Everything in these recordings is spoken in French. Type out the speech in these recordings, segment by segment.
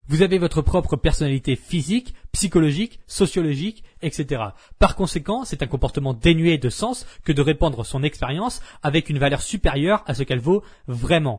Vous avez votre propre personnalité physique, psychologique, sociologique, etc. Par conséquent, c'est un comportement dénué de sens que de répandre son expérience avec une valeur supérieure à ce qu'elle vaut vraiment.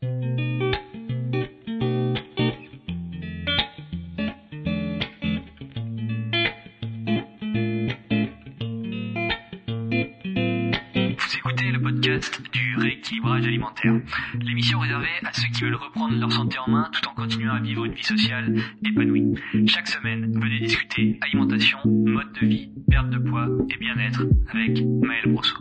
Écoutez le podcast du rééquilibrage alimentaire, l'émission réservée à ceux qui veulent reprendre leur santé en main tout en continuant à vivre une vie sociale épanouie. Chaque semaine, venez discuter alimentation, mode de vie, perte de poids et bien-être avec Maël Brosseau.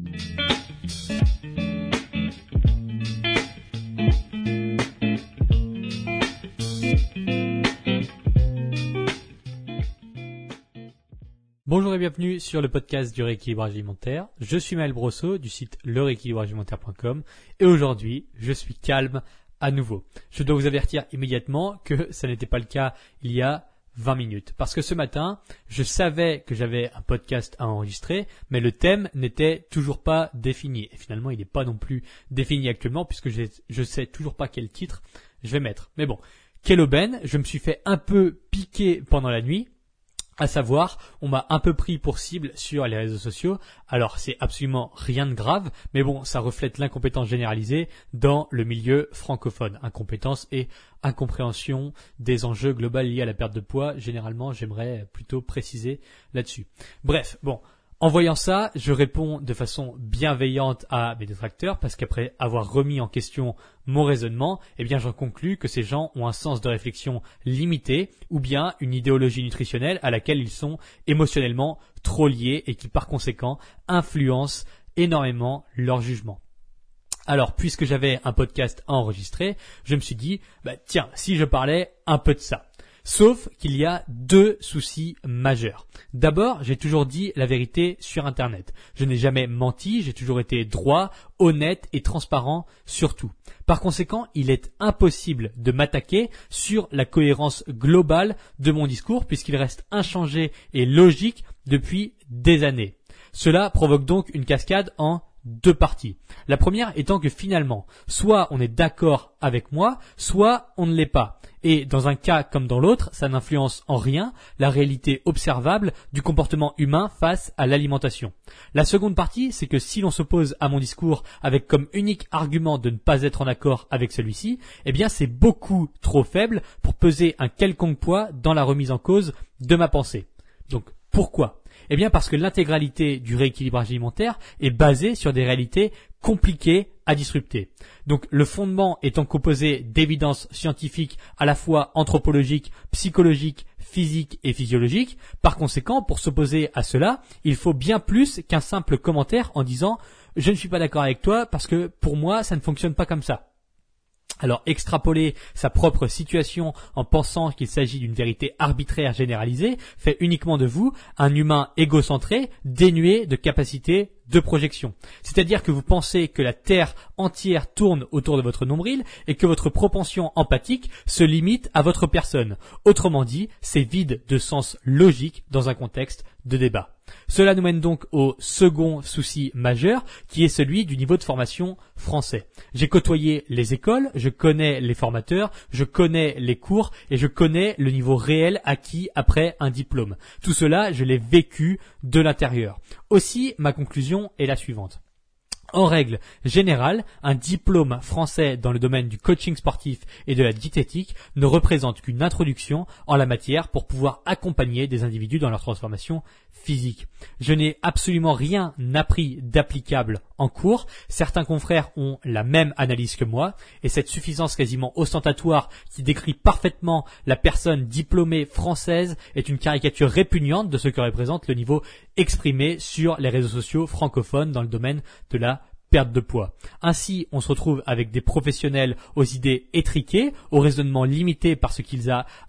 Bonjour et bienvenue sur le podcast du rééquilibrage alimentaire. Je suis Maël Brosseau du site lerééquilibragealimentaire.com et aujourd'hui, je suis calme à nouveau. Je dois vous avertir immédiatement que ça n'était pas le cas il y a 20 minutes. Parce que ce matin, je savais que j'avais un podcast à enregistrer, mais le thème n'était toujours pas défini. Et finalement, il n'est pas non plus défini actuellement puisque je sais toujours pas quel titre je vais mettre. Mais bon, quelle aubaine, je me suis fait un peu piquer pendant la nuit. À savoir, on m'a un peu pris pour cible sur les réseaux sociaux. Alors, c'est absolument rien de grave, mais bon, ça reflète l'incompétence généralisée dans le milieu francophone. Incompétence et incompréhension des enjeux globaux liés à la perte de poids. Généralement, j'aimerais plutôt préciser là-dessus. Bref, bon. En voyant ça, je réponds de façon bienveillante à mes détracteurs parce qu'après avoir remis en question mon raisonnement, eh bien j'en conclus que ces gens ont un sens de réflexion limité ou bien une idéologie nutritionnelle à laquelle ils sont émotionnellement trop liés et qui par conséquent influencent énormément leur jugement. Alors, puisque j'avais un podcast à enregistrer, je me suis dit, tiens, si je parlais un peu de ça. Sauf qu'il y a deux soucis majeurs. D'abord, j'ai toujours dit la vérité sur Internet. Je n'ai jamais menti, j'ai toujours été droit, honnête et transparent sur tout. Par conséquent, il est impossible de m'attaquer sur la cohérence globale de mon discours puisqu'il reste inchangé et logique depuis des années. Cela provoque donc une cascade en deux parties. La première étant que finalement, soit on est d'accord avec moi, soit on ne l'est pas. Et dans un cas comme dans l'autre, ça n'influence en rien la réalité observable du comportement humain face à l'alimentation. La seconde partie, c'est que si l'on s'oppose à mon discours avec comme unique argument de ne pas être en accord avec celui-ci, eh bien c'est beaucoup trop faible pour peser un quelconque poids dans la remise en cause de ma pensée. Donc pourquoi ? Eh bien parce que l'intégralité du rééquilibrage alimentaire est basée sur des réalités compliquées à disrupter. Donc le fondement étant composé d'évidences scientifiques à la fois anthropologiques, psychologiques, physiques et physiologiques. Par conséquent, pour s'opposer à cela, il faut bien plus qu'un simple commentaire en disant « je ne suis pas d'accord avec toi parce que pour moi ça ne fonctionne pas comme ça ». Alors extrapoler sa propre situation en pensant qu'il s'agit d'une vérité arbitraire généralisée fait uniquement de vous un humain égocentré, dénué de capacité de projection. C'est-à-dire que vous pensez que la Terre entière tourne autour de votre nombril et que votre propension empathique se limite à votre personne. Autrement dit, c'est vide de sens logique dans un contexte de débat. Cela nous mène donc au second souci majeur qui est celui du niveau de formation français. J'ai côtoyé les écoles, je connais les formateurs, je connais les cours et je connais le niveau réel acquis après un diplôme. Tout cela, je l'ai vécu de l'intérieur. Aussi, ma conclusion est la suivante. En règle générale, un diplôme français dans le domaine du coaching sportif et de la diététique ne représente qu'une introduction en la matière pour pouvoir accompagner des individus dans leur transformation physique. Je n'ai absolument rien appris d'applicable en cours. Certains confrères ont la même analyse que moi et cette suffisance quasiment ostentatoire qui décrit parfaitement la personne diplômée française est une caricature répugnante de ce que représente le niveau exprimé sur les réseaux sociaux francophones dans le domaine de la perte de poids. Ainsi, on se retrouve avec des professionnels aux idées étriquées, au raisonnement limité par ce qu'ils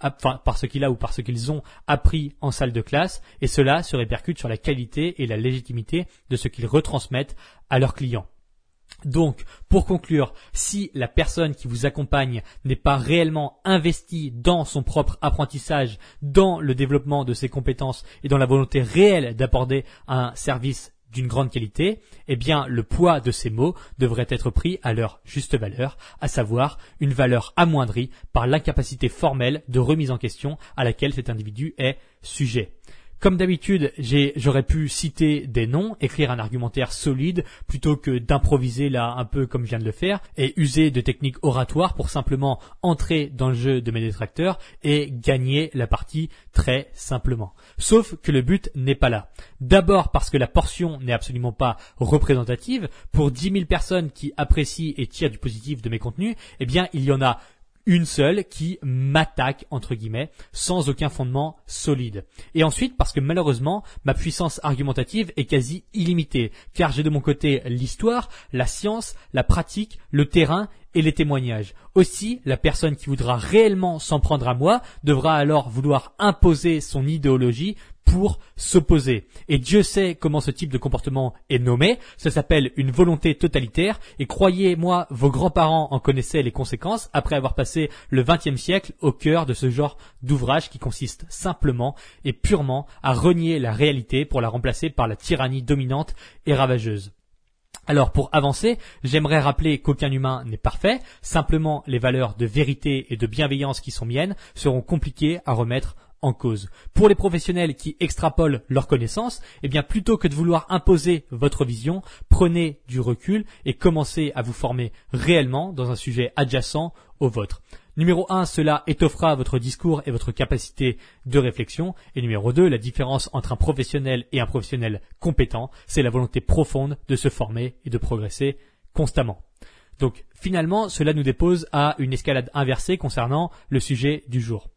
ont appris en salle de classe, et cela se répercute sur la qualité et la légitimité de ce qu'ils retransmettent à leurs clients. Donc, pour conclure, si la personne qui vous accompagne n'est pas réellement investie dans son propre apprentissage, dans le développement de ses compétences et dans la volonté réelle d'apporter un service d'une grande qualité, eh bien le poids de ces mots devrait être pris à leur juste valeur, à savoir une valeur amoindrie par l'incapacité formelle de remise en question à laquelle cet individu est sujet. Comme d'habitude, j'aurais pu citer des noms, écrire un argumentaire solide plutôt que d'improviser là un peu comme je viens de le faire et user de techniques oratoires pour simplement entrer dans le jeu de mes détracteurs et gagner la partie très simplement. Sauf que le but n'est pas là. D'abord parce que la portion n'est absolument pas représentative. Pour 10 000 personnes qui apprécient et tirent du positif de mes contenus, eh bien il y en a une seule qui m'attaque, entre guillemets, sans aucun fondement solide. Et ensuite, parce que malheureusement, ma puissance argumentative est quasi illimitée, car j'ai de mon côté l'histoire, la science, la pratique, le terrain et les témoignages. Aussi, la personne qui voudra réellement s'en prendre à moi devra alors vouloir imposer son idéologie pour s'opposer. Et Dieu sait comment ce type de comportement est nommé, ça s'appelle une volonté totalitaire, et croyez-moi, vos grands-parents en connaissaient les conséquences après avoir passé le XXe siècle au cœur de ce genre d'ouvrage qui consiste simplement et purement à renier la réalité pour la remplacer par la tyrannie dominante et ravageuse. Alors pour avancer, j'aimerais rappeler qu'aucun humain n'est parfait, simplement les valeurs de vérité et de bienveillance qui sont miennes seront compliquées à remettre en cause. Pour les professionnels qui extrapolent leurs connaissances, eh bien plutôt que de vouloir imposer votre vision, prenez du recul et commencez à vous former réellement dans un sujet adjacent au vôtre. Numéro 1, cela étoffera votre discours et votre capacité de réflexion. Et numéro 2, la différence entre un professionnel et un professionnel compétent, c'est la volonté profonde de se former et de progresser constamment. Donc finalement, cela nous dépose à une escalade inversée concernant le sujet du jour.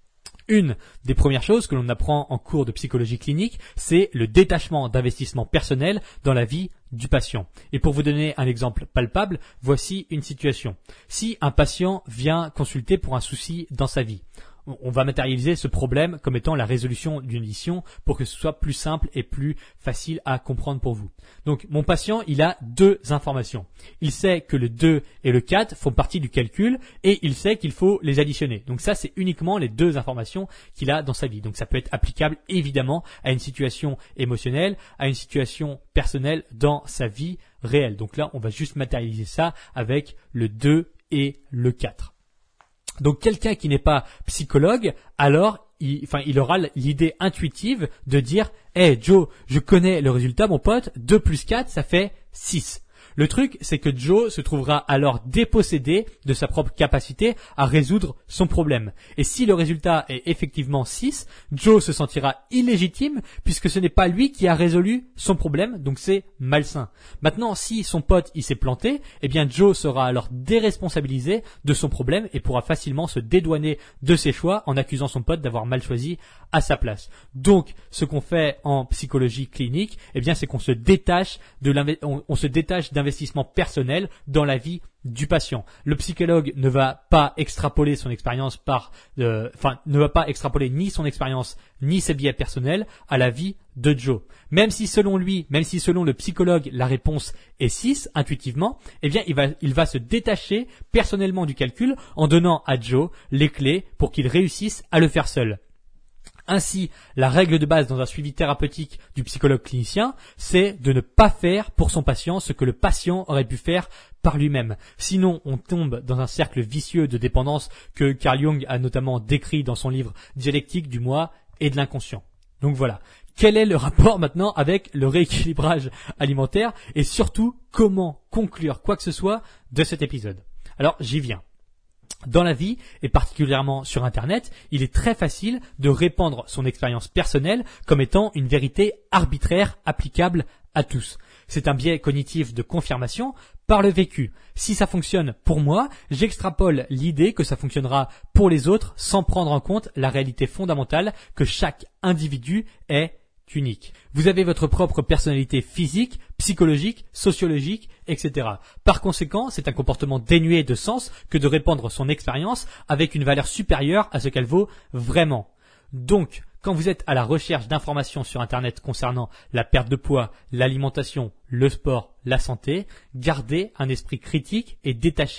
Une des premières choses que l'on apprend en cours de psychologie clinique, c'est le détachement d'investissement personnel dans la vie du patient. Et pour vous donner un exemple palpable, voici une situation. Si un patient vient consulter pour un souci dans sa vie, on va matérialiser ce problème comme étant la résolution d'une mission pour que ce soit plus simple et plus facile à comprendre pour vous. Donc mon patient, il a deux informations. Il sait que le 2 et le 4 font partie du calcul et il sait qu'il faut les additionner. Donc ça, c'est uniquement les deux informations qu'il a dans sa vie. Donc ça peut être applicable évidemment à une situation émotionnelle, à une situation personnelle dans sa vie réelle. Donc là, on va juste matérialiser ça avec le 2 et le 4. Donc quelqu'un qui n'est pas psychologue, alors il aura l'idée intuitive de dire « Hey Joe, je connais le résultat mon pote, 2 plus 4 ça fait 6 ». Le truc, c'est que Joe se trouvera alors dépossédé de sa propre capacité à résoudre son problème. Et si le résultat est effectivement 6, Joe se sentira illégitime puisque ce n'est pas lui qui a résolu son problème, donc c'est malsain. Maintenant, si son pote il s'est planté, eh bien Joe sera alors déresponsabilisé de son problème et pourra facilement se dédouaner de ses choix en accusant son pote d'avoir mal choisi à sa place. Donc, ce qu'on fait en psychologie clinique, eh bien, c'est qu'on se détache d'investissement personnel dans la vie du patient. Le psychologue ne va pas extrapoler son expérience ne va pas extrapoler ni son expérience ni ses biais personnels à la vie de Joe. Même si selon le psychologue, la réponse est 6 intuitivement, eh bien, il va se détacher personnellement du calcul en donnant à Joe les clés pour qu'il réussisse à le faire seul. Ainsi, la règle de base dans un suivi thérapeutique du psychologue clinicien, c'est de ne pas faire pour son patient ce que le patient aurait pu faire par lui-même. Sinon, on tombe dans un cercle vicieux de dépendance que Carl Jung a notamment décrit dans son livre Dialectique du moi et de l'inconscient. Donc voilà. Quel est le rapport maintenant avec le rééquilibrage alimentaire et surtout comment conclure quoi que ce soit de cet épisode? Alors, j'y viens. Dans la vie, et particulièrement sur Internet, il est très facile de répandre son expérience personnelle comme étant une vérité arbitraire applicable à tous. C'est un biais cognitif de confirmation par le vécu. Si ça fonctionne pour moi, j'extrapole l'idée que ça fonctionnera pour les autres sans prendre en compte la réalité fondamentale que chaque individu est unique. Vous avez votre propre personnalité physique, psychologique, sociologique, etc. Par conséquent, c'est un comportement dénué de sens que de répandre son expérience avec une valeur supérieure à ce qu'elle vaut vraiment. Donc, quand vous êtes à la recherche d'informations sur Internet concernant la perte de poids, l'alimentation, le sport, la santé, gardez un esprit critique et détaché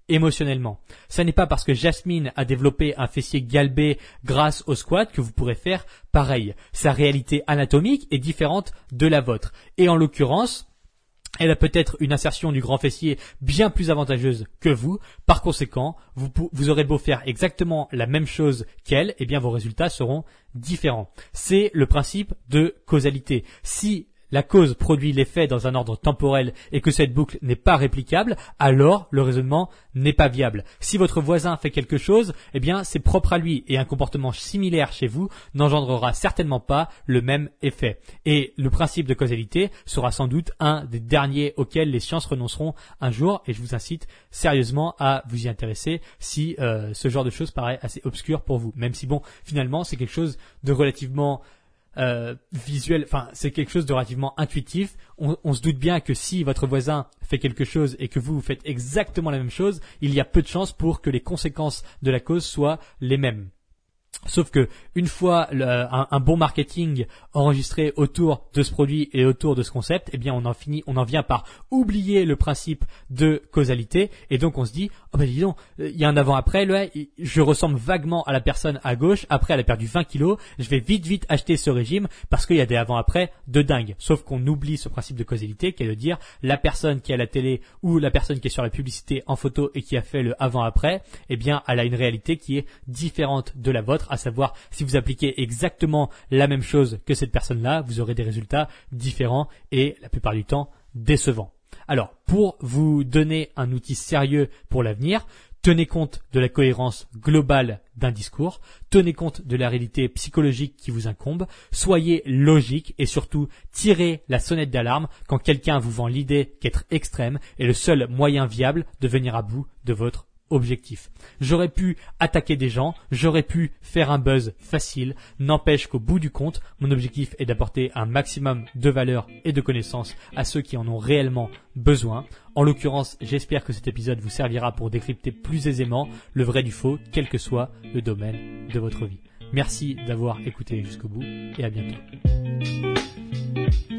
émotionnellement. Ça n'est pas parce que Jasmine a développé un fessier galbé grâce au squat que vous pourrez faire pareil. Sa réalité anatomique est différente de la vôtre. Et en l'occurrence, elle a peut-être une insertion du grand fessier bien plus avantageuse que vous. Par conséquent, vous aurez beau faire exactement la même chose qu'elle, eh bien vos résultats seront différents. C'est le principe de causalité. Si la cause produit l'effet dans un ordre temporel et que cette boucle n'est pas réplicable, alors le raisonnement n'est pas viable. Si votre voisin fait quelque chose, eh bien c'est propre à lui et un comportement similaire chez vous n'engendrera certainement pas le même effet. Et le principe de causalité sera sans doute un des derniers auxquels les sciences renonceront un jour, et je vous incite sérieusement à vous y intéresser si ce genre de choses paraît assez obscur pour vous. Même si finalement c'est quelque chose de relativement visuel, c'est quelque chose de relativement intuitif. On se doute bien que si votre voisin fait quelque chose et que vous faites exactement la même chose, il y a peu de chances pour que les conséquences de la cause soient les mêmes. Sauf que une fois un bon marketing enregistré autour de ce produit et autour de ce concept, eh bien on en vient par oublier le principe de causalité, et donc on se dit dis donc, il y a un avant-après, là, je ressemble vaguement à la personne à gauche, après elle a perdu 20 kilos, je vais vite acheter ce régime parce qu'il y a des avant-après de dingue. Sauf qu'on oublie ce principe de causalité qui est de dire la personne qui est à la télé ou la personne qui est sur la publicité en photo et qui a fait le avant-après, eh bien elle a une réalité qui est différente de la vôtre, à savoir si vous appliquez exactement la même chose que cette personne-là, vous aurez des résultats différents et la plupart du temps décevants. Alors, pour vous donner un outil sérieux pour l'avenir, tenez compte de la cohérence globale d'un discours, tenez compte de la réalité psychologique qui vous incombe, soyez logique et surtout tirez la sonnette d'alarme quand quelqu'un vous vend l'idée qu'être extrême est le seul moyen viable de venir à bout de votre objectif. J'aurais pu attaquer des gens, j'aurais pu faire un buzz facile, n'empêche qu'au bout du compte, mon objectif est d'apporter un maximum de valeur et de connaissances à ceux qui en ont réellement besoin. En l'occurrence, j'espère que cet épisode vous servira pour décrypter plus aisément le vrai du faux, quel que soit le domaine de votre vie. Merci d'avoir écouté jusqu'au bout et à bientôt.